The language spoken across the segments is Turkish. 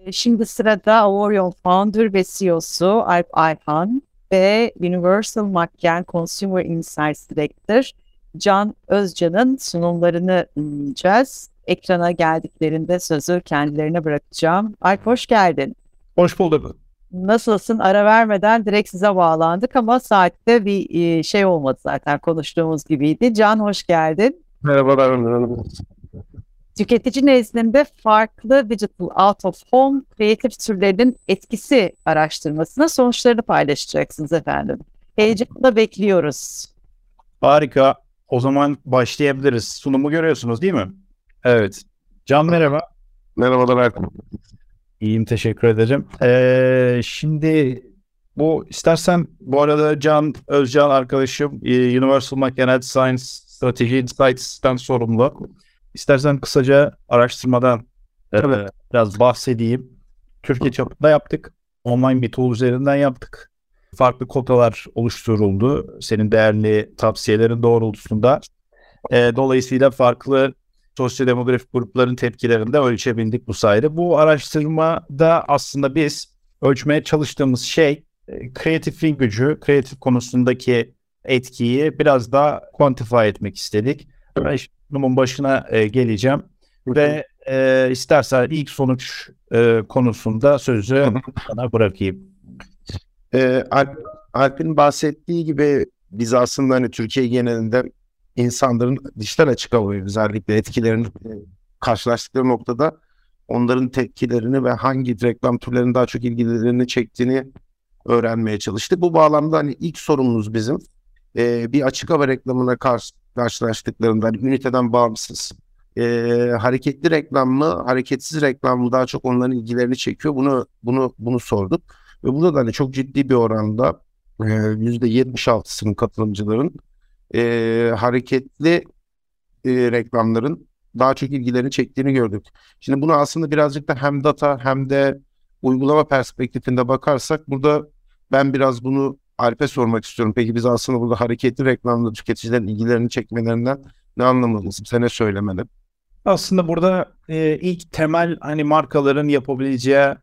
Şimdi sırada Orion Founder ve CEO'su Alp Ayhan ve Universal McCann Consumer Insights Director Can Özcan'ın sunumlarını dinleyeceğiz. Ekrana geldiklerinde sözü kendilerine bırakacağım. Alp hoş geldin. Hoş bulduk. Nasılsın? Ara vermeden direkt size bağlandık ama saatte bir şey olmadı zaten konuştuğumuz gibiydi. Can hoş geldin. Merhabalar Ömür Hanım. Tüketici nezdinde farklı digital out of home kreatif türlerinin etkisi araştırmasına sonuçlarını paylaşacaksınız efendim. Heyecanla bekliyoruz. Harika. O zaman başlayabiliriz. Sunumu görüyorsunuz değil mi? Evet. Can merhaba. Merhabalar Erkan. İyiyim, teşekkür ederim. Şimdi istersen bu arada Can Özcan arkadaşım Universal Mathematics Science Strategy Insights'ten sorumlu. İstersen kısaca araştırmadan biraz bahsedeyim. Türkiye çapında yaptık. Online bir tool üzerinden yaptık. Farklı kotalar oluşturuldu. Senin değerli tavsiyelerin doğrultusunda. Dolayısıyla farklı sosyodemografik grupların tepkilerini de ölçebildik bu sayede. Bu araştırmada aslında biz ölçmeye çalıştığımız şey kreatifliğin gücü, kreatif konusundaki etkiyi biraz daha quantify etmek istedik. Ben bunun başına geleceğim ve istersen ilk sonuç konusunda sözü sana bırakayım. Alp'in bahsettiği gibi biz aslında hani Türkiye genelinde insanların dijital açık havayı özellikle etkilerini karşılaştıkları noktada onların tepkilerini ve hangi reklam türlerinin daha çok ilgilerini çektiğini öğrenmeye çalıştık. Bu bağlamda hani ilk sorumuz bizim bir açık hava reklamına karşılaştıklarında hani üniteden bağımsız hareketli reklam mı, hareketsiz reklam mı daha çok onların ilgilerini çekiyor. Bunu sorduk. Ve burada da hani çok ciddi bir oranda %76'sının katılımcıların hareketli reklamların daha çok ilgilerini çektiğini gördük. Şimdi bunu aslında birazcık da hem data hem de uygulama perspektifinde bakarsak burada ben biraz bunu Alp'e sormak istiyorum. Peki biz aslında burada hareketli reklamla tüketicilerin ilgilerini çekmelerinden ne anlamalıyız? Bize ne söylemeli? Aslında burada ilk temel hani markaların yapabileceği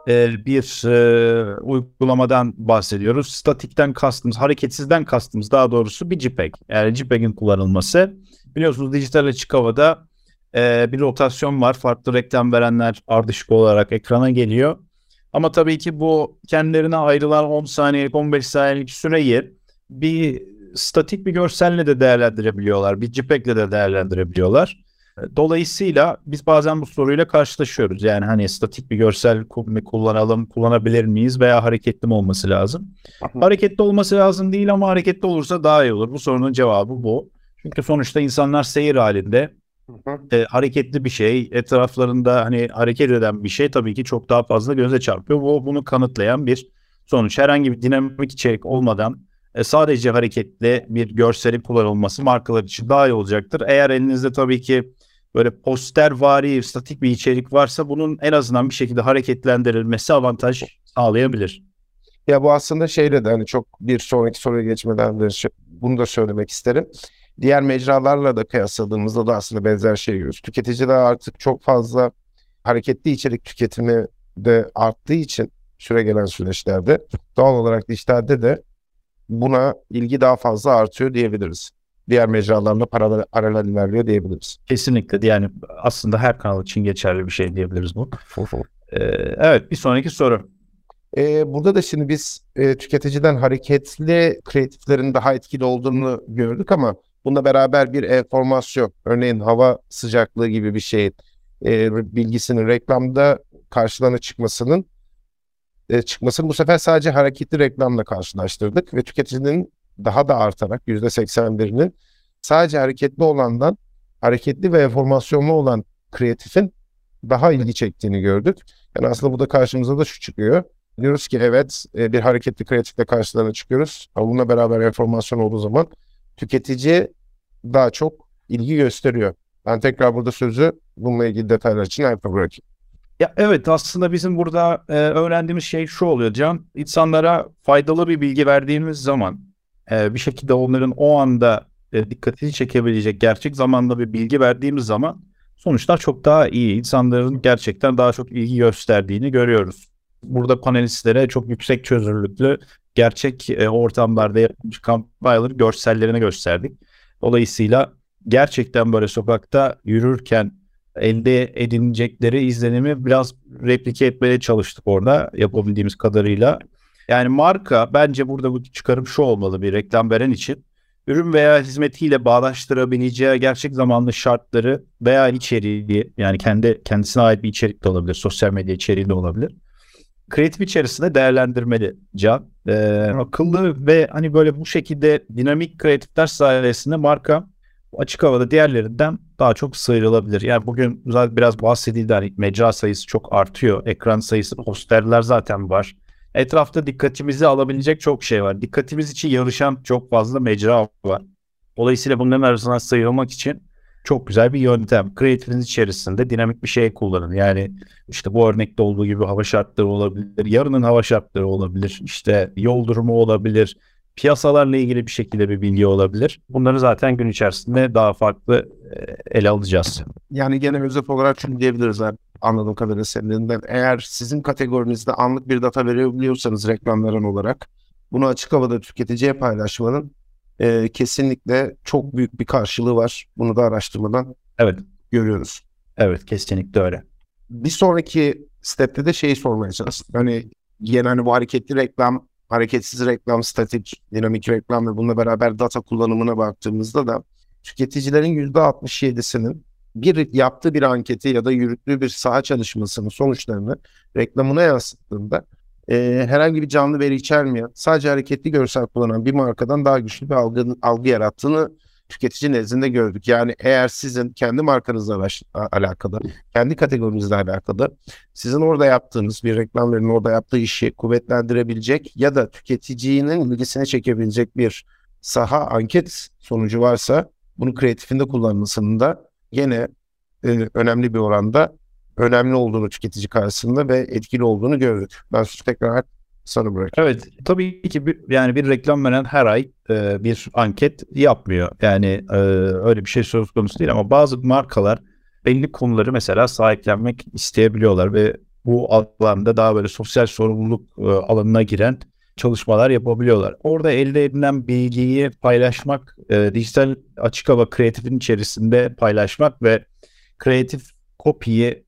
bir uygulamadan bahsediyoruz. Statikten kastımız, hareketsizden kastımız daha doğrusu bir JPEG. Yani JPEG'in kullanılması. Biliyorsunuz dijital açık havada bir rotasyon var. Farklı reklam verenler ardışık olarak ekrana geliyor. Ama tabii ki bu kendilerine ayrılan 10 saniyelik, 15 saniyelik süreyi bir statik bir görselle de değerlendirebiliyorlar. Bir JPEG'le de değerlendirebiliyorlar. Dolayısıyla biz bazen bu soruyla karşılaşıyoruz. Yani hani statik bir görsel kullanabilir miyiz veya hareketli mi olması lazım? Hareketli olması lazım değil ama hareketli olursa daha iyi olur. Bu sorunun cevabı bu. Çünkü sonuçta insanlar seyir halinde hareketli bir şey, etraflarında hani hareket eden bir şey tabii ki çok daha fazla göze çarpıyor. Bunu kanıtlayan bir sonuç. Herhangi bir dinamik içerik olmadan sadece hareketli bir görselin kullanılması markalar için daha iyi olacaktır. Eğer elinizde tabii ki böyle postervari, statik bir içerik varsa bunun en azından bir şekilde hareketlendirilmesi avantaj sağlayabilir. Ya bu aslında şeyle de hani çok bir sonraki soruya geçmeden de bunu da söylemek isterim. Diğer mecralarla da kıyasladığımızda da aslında benzer şey görüyoruz. Tüketiciler artık çok fazla hareketli içerik tüketimi de arttığı için süregelen süreçlerde doğal olarak dijitalde de buna ilgi daha fazla artıyor diyebiliriz. Diğer mecralarla paralel ilerliyor diyebiliriz. Kesinlikle, yani aslında her kanal için geçerli bir şey diyebiliriz bu. Evet, bir sonraki soru. Burada da şimdi biz tüketiciden hareketli kreatiflerin daha etkili olduğunu gördük ama bununla beraber bir enformasyon, örneğin hava sıcaklığı gibi bir şeyin bilgisinin reklamda karşılığına çıkmasının bu sefer sadece hareketli reklamla karşılaştırdık ve tüketicinin daha da artarak %81'inin sadece hareketli olandan hareketli ve enformasyonlu olan kreatifin daha ilgi çektiğini gördük. Yani aslında burada karşımıza da şu çıkıyor. Diyoruz ki evet bir hareketli kreatifle karşılarına çıkıyoruz ama bununla beraber enformasyon olduğu zaman tüketici daha çok ilgi gösteriyor. Ben tekrar burada sözü bununla ilgili detaylar için Alp'e bırakayım. Ya evet, aslında bizim burada öğrendiğimiz şey şu oluyor Can. İnsanlara faydalı bir bilgi verdiğimiz zaman bir şekilde onların o anda dikkatini çekebilecek gerçek zamanda bir bilgi verdiğimiz zaman sonuçlar çok daha iyi. İnsanların gerçekten daha çok ilgi gösterdiğini görüyoruz. Burada panelistlere çok yüksek çözünürlüklü gerçek ortamlarda yapılmış kampanyaları görsellerine gösterdik. Dolayısıyla gerçekten böyle sokakta yürürken elde edinecekleri izlenimi biraz replike etmeye çalıştık orada yapabildiğimiz kadarıyla. Yani marka bence burada bu çıkarım şu olmalı bir reklam veren için. Ürün veya hizmetiyle bağdaştırabileceği gerçek zamanlı şartları veya içeriği, yani kendisine ait bir içerik de olabilir, sosyal medya içeriği de olabilir. Kreatif içerisinde değerlendirmeli Can. Akıllı ve hani böyle bu şekilde dinamik kreatifler sayesinde marka açık havada diğerlerinden daha çok sıyrılabilir. Yani bugün zaten biraz bahsedildi, hani mecra sayısı çok artıyor. Ekran sayısı, posterler zaten var. Etrafta dikkatimizi alabilecek çok şey var. Dikkatimiz için yarışan çok fazla mecra var. Dolayısıyla bunların arasından sıyrılmak için çok güzel bir yöntem. Kreatifiniz içerisinde dinamik bir şey kullanın. Yani işte bu örnekte olduğu gibi hava şartları olabilir. Yarının hava şartları olabilir. İşte yol durumu olabilir. Piyasalarla ilgili bir şekilde bir bilgi olabilir. Bunları zaten gün içerisinde daha farklı ele alacağız. Yani gene özet olarak şunu diyebiliriz abi. Anladığım kadarıyla senin. Eğer sizin kategorinizde anlık bir data verebiliyorsanız reklam veren olarak bunu açık havada tüketiciye paylaşmanın kesinlikle çok büyük bir karşılığı var. Bunu da araştırmadan görüyoruz. Evet, kesinlikle öyle. Bir sonraki step'te de şeyi sormaya çalıştım. Hani yine hani bu hareketli reklam, hareketsiz reklam, statik, dinamik reklam ve bununla beraber data kullanımına baktığımızda da tüketicilerin %67'sinin yaptığı bir anketi ya da yürüttüğü bir saha çalışmasının sonuçlarını reklamına yansıttığında herhangi bir canlı veri içermeyen, sadece hareketli görsel kullanan bir markadan daha güçlü bir algı yarattığını tüketici nezdinde gördük. Yani eğer sizin kendi markanızla alakalı, kendi kategorinizle alakalı, sizin orada yaptığınız bir reklam verin, orada yaptığı işi kuvvetlendirebilecek ya da tüketicinin ilgisini çekebilecek bir saha anket sonucu varsa, bunu kreatifinde kullanmasının da yine önemli bir oranda önemli olduğunu tüketici karşısında ve etkili olduğunu gördük. Ben sizi tekrar sana bırakıyorum. Evet, tabii ki bir reklam veren her ay bir anket yapmıyor. Yani öyle bir şey söz konusu değil, ama bazı markalar belli konuları mesela sahiplenmek isteyebiliyorlar ve bu alanda daha böyle sosyal sorumluluk alanına giren çalışmalar yapabiliyorlar. Orada elde edilen bilgiyi paylaşmak, dijital açık hava kreatifin içerisinde paylaşmak ve kreatif copy'yi,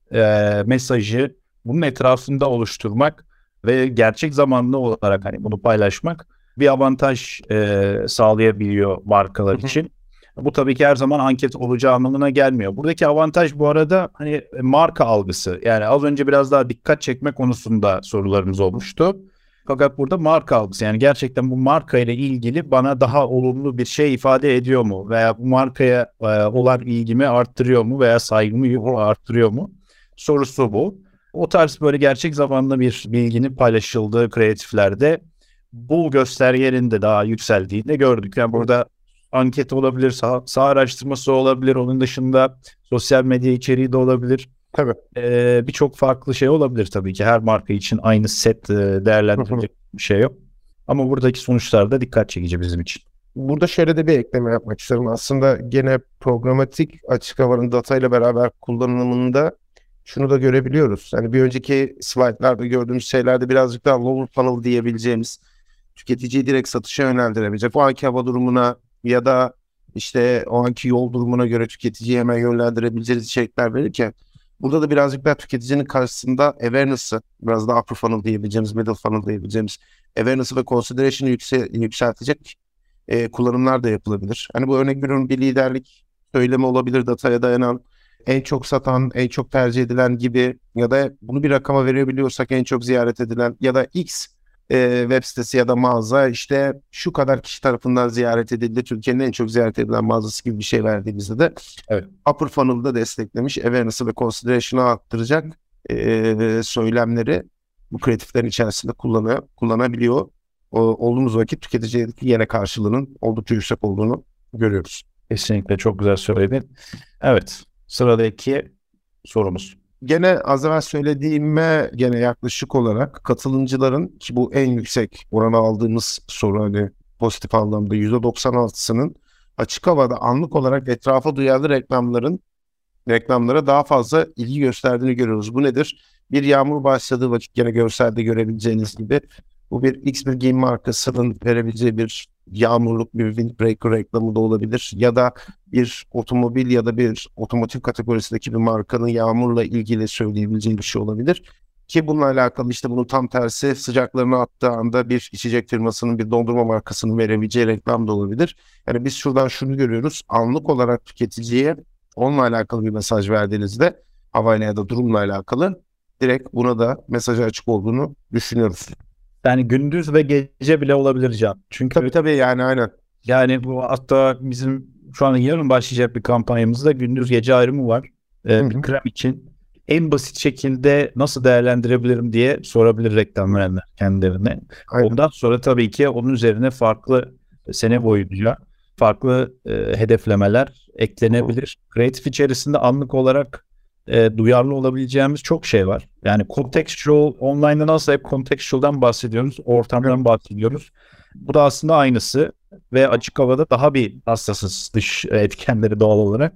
mesajı bunun etrafında oluşturmak ve gerçek zamanlı olarak hani bunu paylaşmak bir avantaj sağlayabiliyor markalar için. Bu tabii ki her zaman anket olacağı anlamına gelmiyor. Buradaki avantaj bu arada hani marka algısı. Yani az önce biraz daha dikkat çekme konusunda sorularımız olmuştu. Fakat burada marka algısı, yani gerçekten bu marka ile ilgili bana daha olumlu bir şey ifade ediyor mu? Veya bu markaya olan ilgimi arttırıyor mu? Veya saygımı arttırıyor mu? Sorusu bu. O tarz böyle gerçek zamanlı bir bilginin paylaşıldığı kreatiflerde bu göstergenin de daha yükseldiğini gördük. Yani burada anket olabilir, saha araştırması olabilir, onun dışında sosyal medya içeriği de olabilir. Tabii. Birçok farklı şey olabilir tabii ki. Her marka için aynı set değerlendirilecek bir şey yok. Ama buradaki sonuçlar da dikkat çekici bizim için. Burada şöyle de bir ekleme yapmak isterim. Aslında gene programatik açık havanın data ile beraber kullanımında şunu da görebiliyoruz. Yani bir önceki slaytlarda gördüğümüz şeylerde birazcık daha lower funnel diyebileceğimiz, tüketiciyi direkt satışa yönlendirebilecek, o anki hava durumuna ya da işte o anki yol durumuna göre tüketiciyi hemen yönlendirebileceğiniz içerikler verirken, burada da birazcık daha tüketicinin karşısında awareness'ı, biraz daha upper funnel diyebileceğimiz, middle funnel diyebileceğimiz awareness'ı ve consideration'ı yükseltecek kullanımlar da yapılabilir. Hani bu örnek veriyorum, bir liderlik söylemi olabilir, dataya dayanan, en çok satan, en çok tercih edilen gibi, ya da bunu bir rakama verebiliyorsak en çok ziyaret edilen ya da X web sitesi ya da mağaza işte şu kadar kişi tarafından ziyaret edildi, Türkiye'nin en çok ziyaret edilen mağazası gibi bir şey verdiğimizde de upper funnel'da desteklemiş, awareness'ı ve consideration'ı arttıracak söylemleri bu kreatiflerin içerisinde kullanabiliyor. Olduğumuz vakit tüketicideki yine karşılığının oldukça yüksek olduğunu görüyoruz. Kesinlikle çok güzel söyledin. Evet, sıradaki sorumuz. Gene az evvel söylediğime gene yaklaşık olarak katılımcıların, ki bu en yüksek oranı aldığımız soru, hani pozitif anlamda %96'sının açık havada anlık olarak etrafa duyarlı reklamların reklamlara daha fazla ilgi gösterdiğini görüyoruz. Bu nedir? Bir yağmur başladığı vakit gene görselde görebileceğiniz gibi bu bir X bir giyim markasının verebileceği bir yağmurluk bir windbreaker reklamı da olabilir. Ya da bir otomobil ya da bir otomotiv kategorisindeki bir markanın yağmurla ilgili söyleyebileceği bir şey olabilir. Ki bununla alakalı işte bunun tam tersi sıcaklarını attığı anda bir içecek firmasının bir dondurma markasının verebileceği reklam da olabilir. Yani biz şuradan şunu görüyoruz. Anlık olarak tüketiciye onunla alakalı bir mesaj verdiğinizde havayla ya da durumla alakalı direkt buna da mesajı açık olduğunu düşünüyoruz. Yani gündüz ve gece bile olabilir Can. Çünkü Tabii yani aynen. yani bu hatta bizim şu an yarın başlayacak bir kampanyamızda gündüz gece ayrımı var. Bir krem için en basit şekilde nasıl değerlendirebilirim diye sorabilir reklam verenler kendilerine. Aynen. Ondan sonra tabii ki onun üzerine farklı sene boyunca farklı hedeflemeler eklenebilir. Kreatif içerisinde anlık olarak duyarlı olabileceğimiz çok şey var. Yani contextual, online'da nasıl hep contextual'dan bahsediyoruz, ortamdan bahsediyoruz. Bu da aslında aynısı ve açık havada daha bir hassasız dış etkenleri doğal olarak.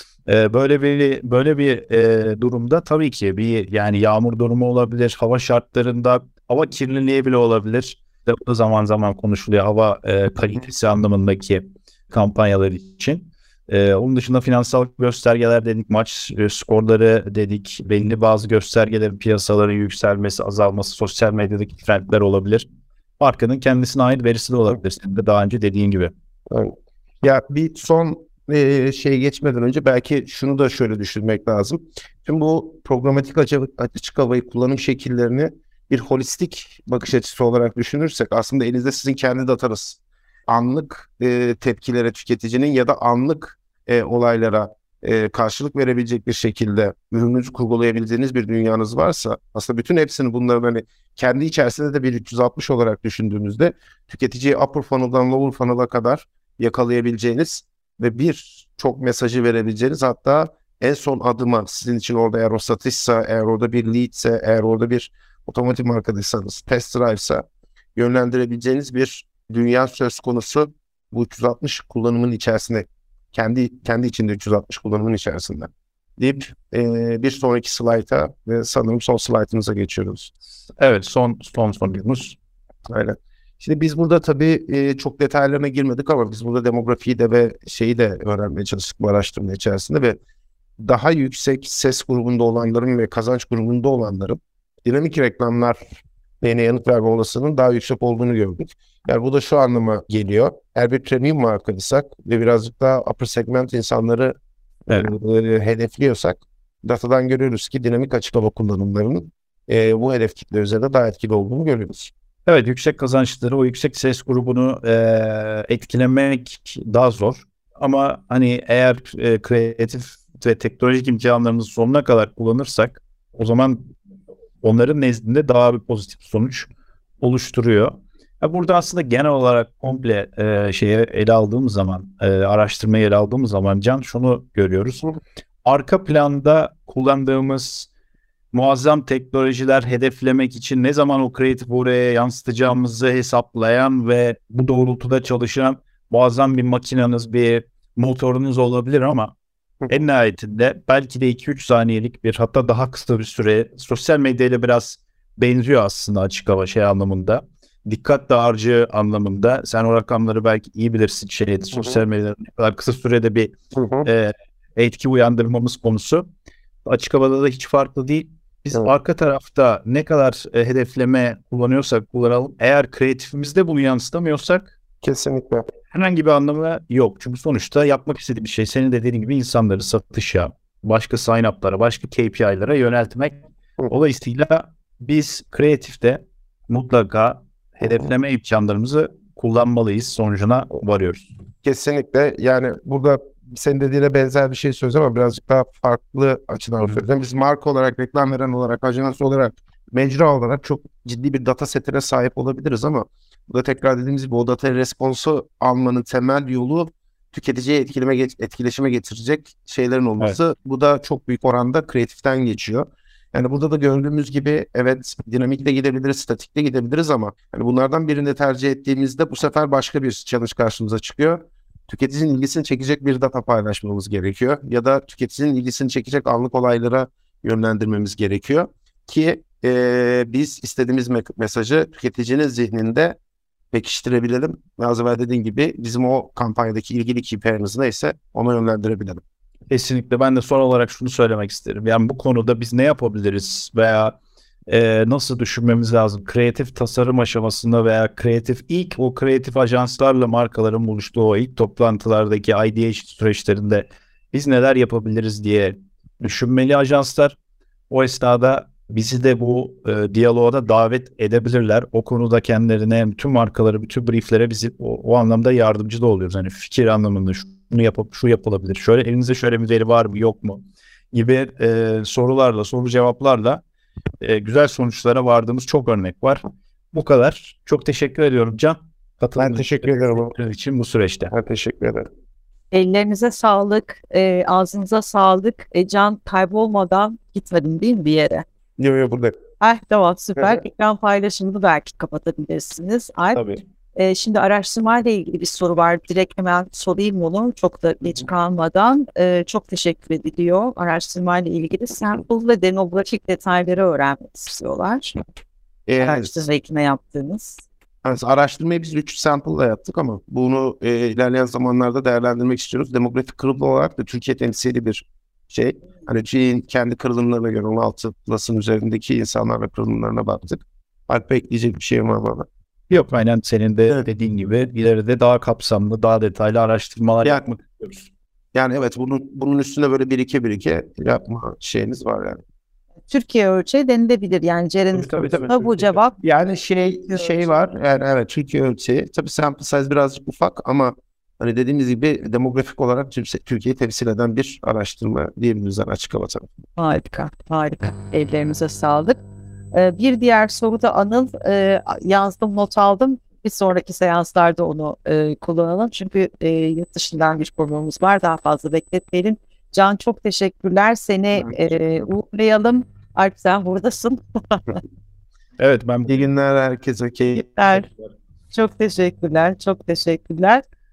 Böyle bir durumda tabii ki bir yani yağmur durumu olabilir, hava şartlarında hava kirliliği bile olabilir. Bu da zaman zaman konuşuluyor hava kalitesi anlamındaki kampanyalar için. Onun dışında finansal göstergeler dedik, maç skorları dedik, belli bazı göstergelerin piyasaların yükselmesi, azalması, sosyal medyadaki trendler olabilir. Markanın kendisine ait verisi de olabilir. Senin de daha önce dediğin gibi. Evet. Ya bir son şey geçmeden önce belki şunu da şöyle düşünmek lazım. Şimdi bu programatik açık havayı kullanım şekillerini bir holistik bakış açısı olarak düşünürsek aslında elinizde sizin kendi datanız. Anlık tepkilere tüketicinin ya da anlık olaylara karşılık verebilecek bir şekilde ürününüzü kurgulayabildiğiniz bir dünyanız varsa aslında bütün hepsini bunların hani kendi içerisinde de bir 360 olarak düşündüğünüzde tüketiciyi upper funnel'dan lower funnel'a kadar yakalayabileceğiniz ve bir çok mesajı verebileceğiniz hatta en son adıma sizin için orada eğer o satışsa, eğer orada bir leadse, eğer orada bir otomotiv markadaysanız, test drive'sa yönlendirebileceğiniz bir dünya söz konusu bu 360 kullanımın içerisinde kendi içinde 360 kullanımın içerisinde deyip bir sonraki slayta ve sanırım son slaytımıza geçiyoruz. Evet son sorumuz. Aynen. Şimdi biz burada tabii çok detaylarına girmedik ama biz burada demografiyi de ve şeyi de öğrenmeye çalıştık bu araştırma içerisinde ve daha yüksek ses grubunda olanların ve kazanç grubunda olanların dinamik reklamlar yanıt verme olasılığının daha yüksek olduğunu gördük. Yani bu da şu anlama geliyor. Eğer bir premium markaysak ve birazcık daha upper segment insanları hedefliyorsak datadan görüyoruz ki dinamik açık hava kullanımlarının bu hedef kitle üzerinde daha etkili olduğunu görüyoruz. Evet, yüksek kazançları, o yüksek ses grubunu etkilemek daha zor. Ama hani eğer kreatif ve teknolojik imkanlarımızı sonuna kadar kullanırsak o zaman onların nezdinde daha bir pozitif sonuç oluşturuyor. Burada aslında genel olarak komple şeye ele aldığımız zaman, araştırmayı ele aldığımız zaman Can şunu görüyoruz. Arka planda kullandığımız muazzam teknolojiler hedeflemek için ne zaman o kreatif oraya yansıtacağımızı hesaplayan ve bu doğrultuda çalışan muazzam bir makineniz, bir motorunuz olabilir ama en nihayetinde belki de 2-3 saniyelik bir hatta daha kısa bir süre sosyal medyayla biraz benziyor aslında açık hava şey anlamında. Dikkat dağarcığı anlamında. Sen o rakamları belki iyi bilirsin sosyal medyada ne kadar kısa sürede bir etki uyandırmamız konusu. Açık havada da hiç farklı değil. Biz arka tarafta ne kadar hedefleme kullanıyorsak kullanalım. Eğer kreatifimizde bunu yansıtamıyorsak kesinlikle herhangi bir anlamı yok. Çünkü sonuçta yapmak istediği bir şey senin dediğin gibi insanları satışa, başka sign-up'lara, başka KPI'lara yöneltmek. Dolayısıyla biz kreatifte mutlaka hedefleme imkanlarımızı kullanmalıyız sonucuna varıyoruz. Kesinlikle yani burada senin dediğine benzer bir şey söyleyeceğim ama birazcık daha farklı açıdan söyleyeceğim. Biz marka olarak, reklam veren olarak, ajans olarak, mecra olarak çok ciddi bir data setine sahip olabiliriz ama bu da tekrar dediğimiz gibi o data responsu almanın temel yolu tüketiciye etkileşime getirecek şeylerin olması. Evet. Bu da çok büyük oranda kreatiften geçiyor. Yani burada da gördüğümüz gibi evet dinamikle gidebiliriz, statikle gidebiliriz ama yani bunlardan birini tercih ettiğimizde bu sefer başka bir challenge karşımıza çıkıyor. tüketicinin ilgisini çekecek bir data paylaşmamız gerekiyor. Ya da tüketicinin ilgisini çekecek anlık olaylara yönlendirmemiz gerekiyor. Ki biz istediğimiz mesajı tüketicinin zihninde pekiştirebilelim. Ve az evvel dediğim gibi bizim o kampanyadaki ilgili KPI'miz neyse ona yönlendirebilelim. Kesinlikle. Ben de son olarak şunu söylemek isterim. Yani bu konuda biz ne yapabiliriz veya nasıl düşünmemiz lazım? Kreatif tasarım aşamasında veya o kreatif ajanslarla markaların buluştuğu o ilk toplantılardaki ideation süreçlerinde biz neler yapabiliriz diye düşünmeli ajanslar. O esnada bizi de bu diyaloğa da davet edebilirler. O konuda kendilerine, bütün markaları, bütün brieflere bizi o anlamda yardımcı da oluyoruz. Hani fikir anlamında şunu yapıp şu yapılabilir. Şöyle elinizde şöyle bir veri var mı yok mu gibi sorularla, soru cevaplarla güzel sonuçlara vardığımız çok örnek var. Bu kadar. Çok teşekkür ediyorum Can. Ben teşekkür ederim için bu süreçte. Ben teşekkür ederim. Ellerinize sağlık, ağzınıza sağlık. Can kaybolmadan gitmedin değil mi bir yere? Yok buradayım. Tamam süper. Hı hı. Ekran paylaşımını belki kapatabilirsiniz. Tabii. Şimdi araştırmayla ilgili bir soru var. Direkt hemen sorayım onu. Çok da geç kalmadan. Çok teşekkür ediliyor. Araştırmayla ilgili sample ve demografik detayları öğrenmek istiyorlar. Araştırma yaptığınız. Yani araştırmayı biz 3 sample ile yaptık ama bunu ilerleyen zamanlarda değerlendirmek istiyoruz. Demografik kırılım olarak da Türkiye temsili bir şey. Hani Türkiye'nin kendi kırılımlarına göre 16 plus'ın üzerindeki insanlarla kırılımlarına baktık. Alp ekleyecek bir şey var bana. Yok, aynen senin de dediğin gibi ileride daha kapsamlı, daha detaylı araştırmalar yapmak istiyoruz. Yani evet, bunun üstüne böyle birike yapma şeyimiz var yani. Türkiye ölçeği denilebilir yani Ceren'in sorusuna bu cevap. Yani şey var yani evet, Türkiye ölçeği. Tabii sample size birazcık ufak ama hani dediğimiz gibi demografik olarak Türkiye'yi temsil eden bir araştırma diyebiliriz yani, açık hava tarafı. Harika. Ellerinize sağlık. Bir diğer soru da Anıl, yazdım, not aldım. Bir sonraki seanslarda onu kullanalım. Çünkü yurt dışından bir programımız var. Daha fazla bekletmeyelim. Can çok teşekkürler. Seni uğurlayalım. Alp sen buradasın. Evet, İyi günler herkese. Çok teşekkürler.